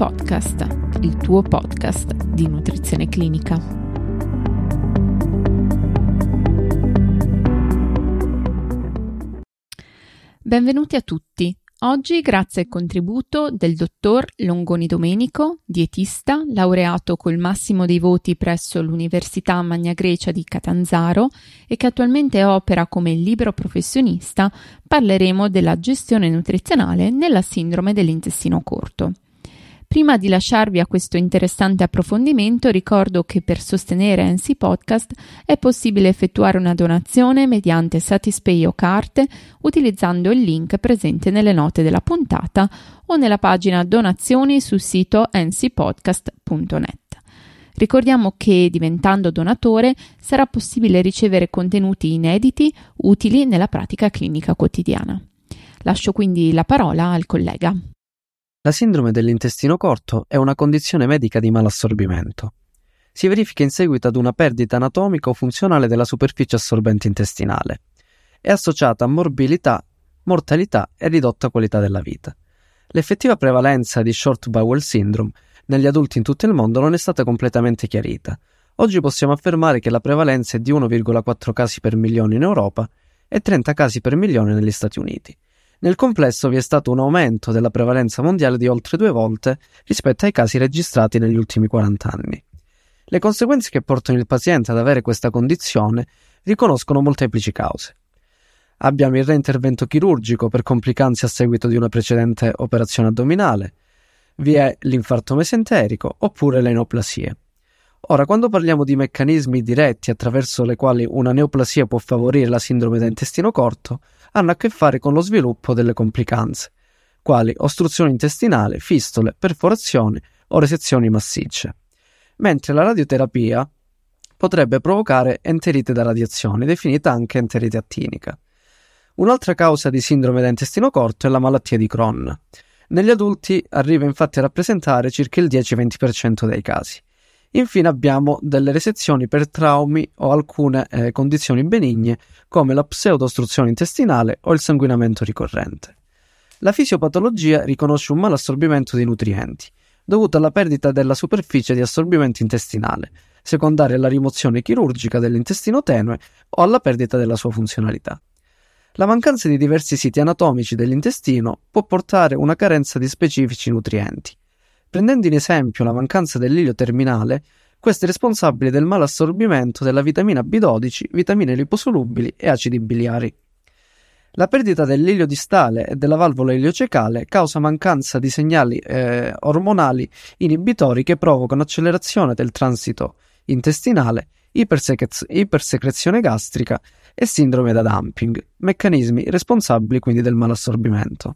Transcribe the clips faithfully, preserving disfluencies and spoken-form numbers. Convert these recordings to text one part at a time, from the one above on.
Podcast, il tuo podcast di nutrizione clinica. Benvenuti a tutti. Oggi, grazie al contributo del dottor Longoni Domenico, dietista, laureato col massimo dei voti presso l'Università Magna Grecia di Catanzaro e che attualmente opera come libero professionista, parleremo della gestione nutrizionale nella sindrome dell'intestino corto. Prima di lasciarvi a questo interessante approfondimento, ricordo che per sostenere N C Podcast è possibile effettuare una donazione mediante Satispay o carte utilizzando il link presente nelle note della puntata o nella pagina donazioni sul sito n c podcast punto net. Ricordiamo che diventando donatore sarà possibile ricevere contenuti inediti utili nella pratica clinica quotidiana. Lascio quindi la parola al collega. La sindrome dell'intestino corto è una condizione medica di malassorbimento. Si verifica in seguito ad una perdita anatomica o funzionale della superficie assorbente intestinale. È associata a morbilità, mortalità e ridotta qualità della vita. L'effettiva prevalenza di short bowel syndrome negli adulti in tutto il mondo non è stata completamente chiarita. Oggi possiamo affermare che la prevalenza è di uno virgola quattro casi per milione in Europa e trenta casi per milione negli Stati Uniti. Nel complesso vi è stato un aumento della prevalenza mondiale di oltre due volte rispetto ai casi registrati negli ultimi quaranta anni. Le conseguenze che portano il paziente ad avere questa condizione riconoscono molteplici cause. Abbiamo il reintervento chirurgico per complicanze a seguito di una precedente operazione addominale, vi è l'infarto mesenterico oppure le neoplasie. Ora, quando parliamo di meccanismi diretti attraverso le quali una neoplasia può favorire la sindrome da intestino corto, hanno a che fare con lo sviluppo delle complicanze, quali ostruzione intestinale, fistole, perforazioni o resezioni massicce. Mentre la radioterapia potrebbe provocare enterite da radiazione, definita anche enterite attinica. Un'altra causa di sindrome da intestino corto è la malattia di Crohn. Negli adulti arriva infatti a rappresentare circa il dieci-venti per cento dei casi. Infine abbiamo delle resezioni per traumi o alcune eh, condizioni benigne come la pseudo-ostruzione intestinale o il sanguinamento ricorrente. La fisiopatologia riconosce un malassorbimento di nutrienti, dovuto alla perdita della superficie di assorbimento intestinale, secondaria alla rimozione chirurgica dell'intestino tenue o alla perdita della sua funzionalità. La mancanza di diversi siti anatomici dell'intestino può portare una carenza di specifici nutrienti. Prendendo in esempio la mancanza dell'ilio terminale, questo è responsabile del malassorbimento della vitamina B dodici, vitamine liposolubili e acidi biliari. La perdita dell'ilio distale e della valvola iliocecale causa mancanza di segnali eh, ormonali inibitori che provocano accelerazione del transito intestinale, ipersecrez- ipersecrezione gastrica e sindrome da dumping, meccanismi responsabili quindi del malassorbimento.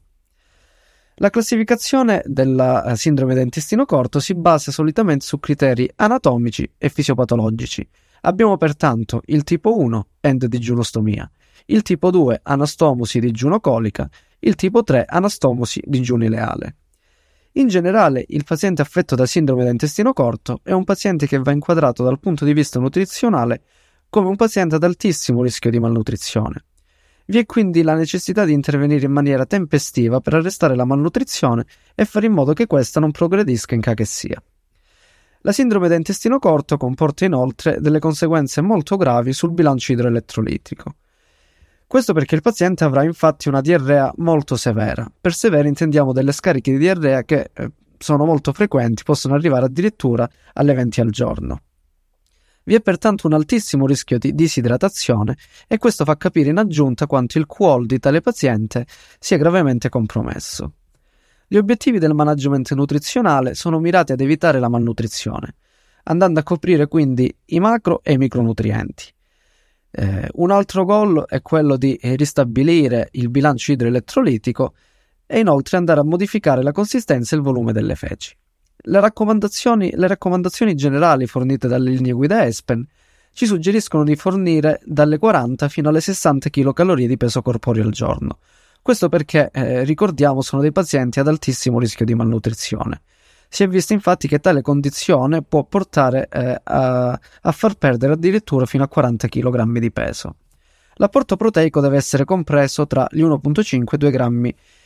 La classificazione della sindrome da intestino corto si basa solitamente su criteri anatomici e fisiopatologici. Abbiamo pertanto il tipo uno, endodigiunostomia, il tipo due, anastomosi digiunocolica, il tipo tre, anastomosi digiunileale. In generale, il paziente affetto da sindrome da intestino corto è un paziente che va inquadrato dal punto di vista nutrizionale come un paziente ad altissimo rischio di malnutrizione. Vi è quindi la necessità di intervenire in maniera tempestiva per arrestare la malnutrizione e fare in modo che questa non progredisca in cachessia. La sindrome da intestino corto comporta inoltre delle conseguenze molto gravi sul bilancio idroelettrolitico. Questo perché il paziente avrà infatti una diarrea molto severa. Per severa intendiamo delle scariche di diarrea che eh, sono molto frequenti, possono arrivare addirittura alle venti al giorno. Vi è pertanto un altissimo rischio di disidratazione e questo fa capire in aggiunta quanto il Q O L di tale paziente sia gravemente compromesso. Gli obiettivi del management nutrizionale sono mirati ad evitare la malnutrizione, andando a coprire quindi i macro e i micronutrienti. Eh, un altro goal è quello di ristabilire il bilancio idroelettrolitico e inoltre andare a modificare la consistenza e il volume delle feci. Le raccomandazioni, le raccomandazioni generali fornite dalle linee guida ESPEN ci suggeriscono di fornire dalle quaranta fino alle sessanta chilocalorie di peso corporeo al giorno. Questo perché, eh, ricordiamo, sono dei pazienti ad altissimo rischio di malnutrizione. Si è visto infatti che tale condizione può portare eh, a, a far perdere addirittura fino a quaranta chilogrammi di peso. L'apporto proteico deve essere compreso tra gli uno virgola cinque e due grammi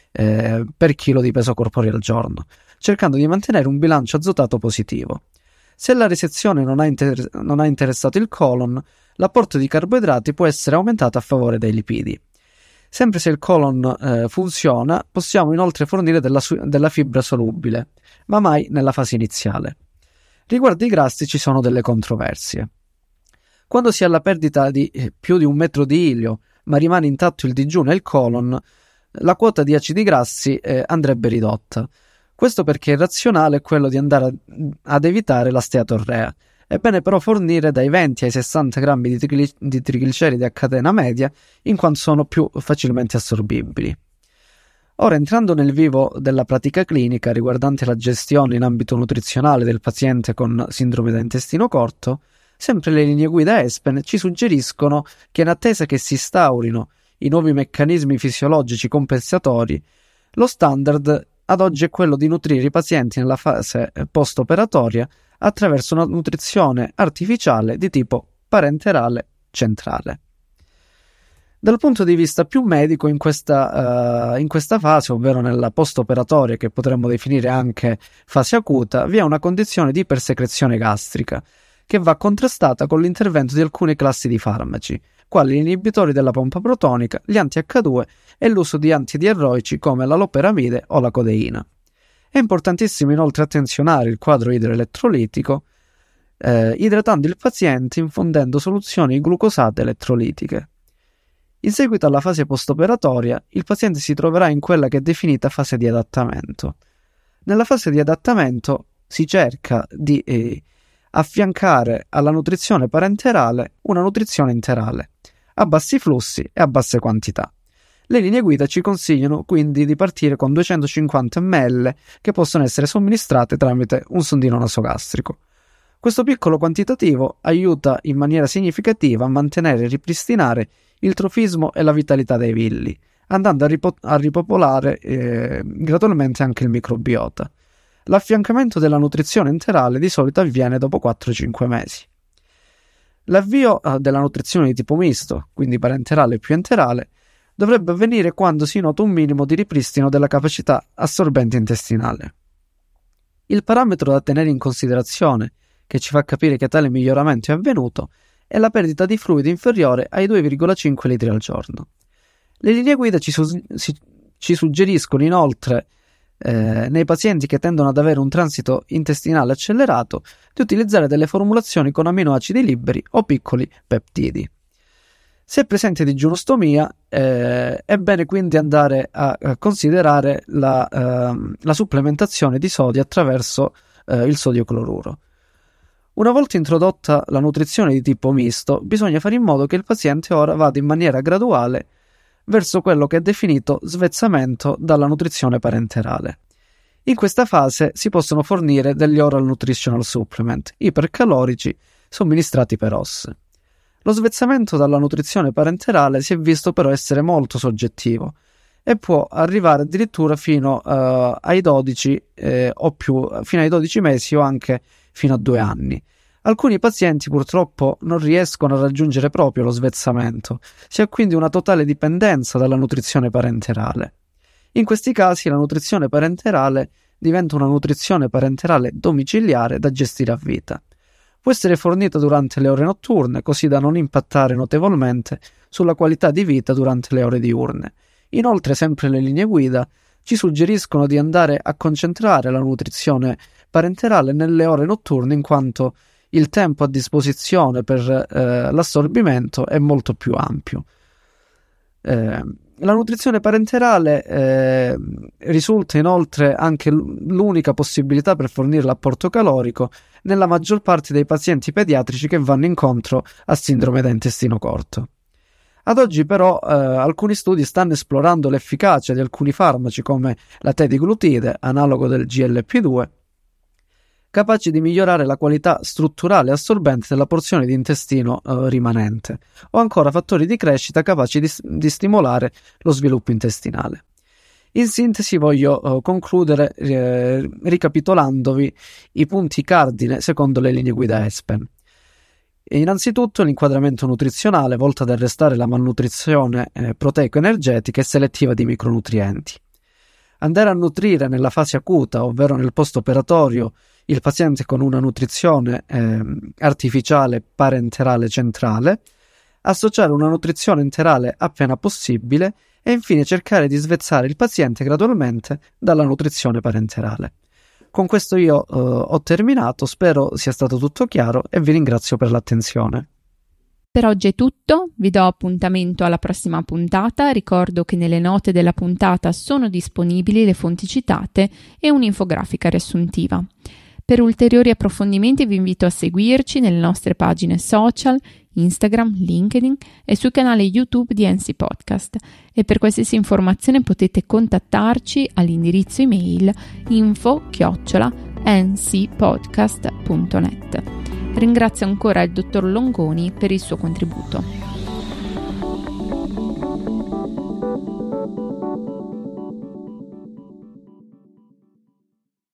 eh, per chilo di peso corporeo al giorno, cercando di mantenere un bilancio azotato positivo. Se la resezione non ha, inter- non ha interessato il colon, l'apporto di carboidrati può essere aumentato a favore dei lipidi. Sempre se il colon eh, funziona, possiamo inoltre fornire della, su- della fibra solubile, ma mai nella fase iniziale. Riguardo i grassi ci sono delle controversie. Quando si ha la perdita di eh, più di un metro di ilio, ma rimane intatto il digiuno e il colon, la quota di acidi grassi eh, andrebbe ridotta. Questo perché il razionale è quello di andare a, ad evitare la steatorrea. È bene però fornire dai venti ai sessanta grammi di, trigli- di trigliceridi a catena media, in quanto sono più facilmente assorbibili. Ora, entrando nel vivo della pratica clinica riguardante la gestione in ambito nutrizionale del paziente con sindrome da intestino corto, sempre le linee guida ESPEN ci suggeriscono che in attesa che si instaurino i nuovi meccanismi fisiologici compensatori, lo standard ad oggi è quello di nutrire i pazienti nella fase post-operatoria attraverso una nutrizione artificiale di tipo parenterale centrale. Dal punto di vista più medico, in questa, uh, in questa fase, ovvero nella post-operatoria, che potremmo definire anche fase acuta, vi è una condizione di ipersecrezione gastrica, che va contrastata con l'intervento di alcune classi di farmaci, quali gli inibitori della pompa protonica, gli anti acca due e l'uso di antidierroici come la loperamide o la codeina. È importantissimo inoltre attenzionare il quadro idroelettrolitico, eh, idratando il paziente infondendo soluzioni glucosate elettrolitiche. In seguito alla fase post-operatoria, il paziente si troverà in quella che è definita fase di adattamento. Nella fase di adattamento si cerca di eh, affiancare alla nutrizione parenterale una nutrizione enterale, a bassi flussi e a basse quantità. Le linee guida ci consigliano quindi di partire con duecentocinquanta millilitri che possono essere somministrate tramite un sondino nasogastrico. Questo piccolo quantitativo aiuta in maniera significativa a mantenere e ripristinare il trofismo e la vitalità dei villi, andando a, ripo- a ripopolare eh, gradualmente anche il microbiota. L'affiancamento della nutrizione enterale di solito avviene dopo quattro cinque mesi. L'avvio eh, della nutrizione di tipo misto, quindi parenterale più enterale, dovrebbe avvenire quando si nota un minimo di ripristino della capacità assorbente intestinale. Il parametro da tenere in considerazione, che ci fa capire che tale miglioramento è avvenuto, è la perdita di fluido inferiore ai due virgola cinque litri al giorno. Le linee guida ci, su- si- ci suggeriscono inoltre, eh, nei pazienti che tendono ad avere un transito intestinale accelerato, di utilizzare delle formulazioni con aminoacidi liberi o piccoli peptidi. Se è presente digiunostomia, eh, è bene quindi andare a, a considerare la, eh, la supplementazione di sodio attraverso eh, il sodio cloruro. Una volta introdotta la nutrizione di tipo misto, bisogna fare in modo che il paziente ora vada in maniera graduale verso quello che è definito svezzamento dalla nutrizione parenterale. In questa fase si possono fornire degli oral nutritional supplement ipercalorici somministrati per O S. Lo svezzamento dalla nutrizione parenterale si è visto però essere molto soggettivo e può arrivare addirittura fino uh, ai dodici eh, o più, fino ai dodici mesi o anche fino a due anni. Alcuni pazienti purtroppo non riescono a raggiungere proprio lo svezzamento, si ha quindi una totale dipendenza dalla nutrizione parenterale. In questi casi la nutrizione parenterale diventa una nutrizione parenterale domiciliare da gestire a vita. Può essere fornita durante le ore notturne, così da non impattare notevolmente sulla qualità di vita durante le ore diurne. Inoltre, sempre le linee guida ci suggeriscono di andare a concentrare la nutrizione parenterale nelle ore notturne, in quanto il tempo a disposizione per eh, l'assorbimento è molto più ampio. Eh, la nutrizione parenterale eh, risulta inoltre anche l'unica possibilità per fornire l'apporto calorico nella maggior parte dei pazienti pediatrici che vanno incontro a sindrome da intestino corto. Ad oggi però eh, alcuni studi stanno esplorando l'efficacia di alcuni farmaci come la tediglutide, analogo del G L P due, capaci di migliorare la qualità strutturale e assorbente della porzione di intestino eh, rimanente, o ancora fattori di crescita capaci di, di stimolare lo sviluppo intestinale. In sintesi voglio eh, concludere eh, ricapitolandovi i punti cardine secondo le linee guida ESPEN. Innanzitutto l'inquadramento nutrizionale volto ad arrestare la malnutrizione eh, proteico-energetica e selettiva di micronutrienti. Andare a nutrire nella fase acuta, ovvero nel post-operatorio, il paziente con una nutrizione eh, artificiale parenterale centrale, associare una nutrizione enterale appena possibile e infine cercare di svezzare il paziente gradualmente dalla nutrizione parenterale. Con questo io eh, ho terminato, spero sia stato tutto chiaro e vi ringrazio per l'attenzione. Per oggi è tutto, vi do appuntamento alla prossima puntata, ricordo che nelle note della puntata sono disponibili le fonti citate e un'infografica riassuntiva. Per ulteriori approfondimenti vi invito a seguirci nelle nostre pagine social, Instagram, LinkedIn e sul canale YouTube di N C Podcast e per qualsiasi informazione potete contattarci all'indirizzo email info chiocciola n c podcast punto net. Ringrazio ancora il dottor Longoni per il suo contributo.